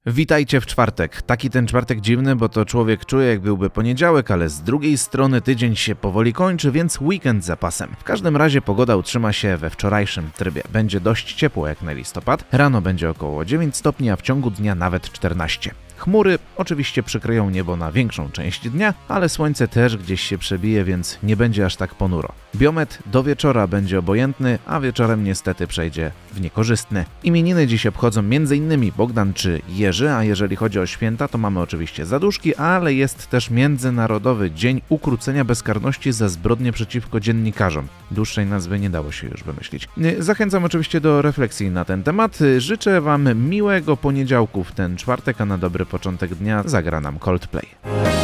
Witajcie w czwartek. Taki ten czwartek dziwny, bo to człowiek czuje, jak byłby poniedziałek, ale z drugiej strony tydzień się powoli kończy, więc weekend za pasem. W każdym razie pogoda utrzyma się we wczorajszym trybie. Będzie dość ciepło jak na listopad. Rano będzie około 9 stopni, a w ciągu dnia nawet 14. Chmury oczywiście przykryją niebo na większą część dnia, ale słońce też gdzieś się przebije, więc nie będzie aż tak ponuro. Biometr do wieczora będzie obojętny, a wieczorem niestety przejdzie w niekorzystny. Imieniny dziś obchodzą m.in. Bogdan czy Jerzy, a jeżeli chodzi o święta, to mamy oczywiście zaduszki, ale jest też Międzynarodowy Dzień Ukrócenia Bezkarności za zbrodnie przeciwko dziennikarzom. Dłuższej nazwy nie dało się już wymyślić. Zachęcam oczywiście do refleksji na ten temat. Życzę Wam miłego poniedziałku w ten czwartek, a na dobry początek dnia zagra nam Coldplay.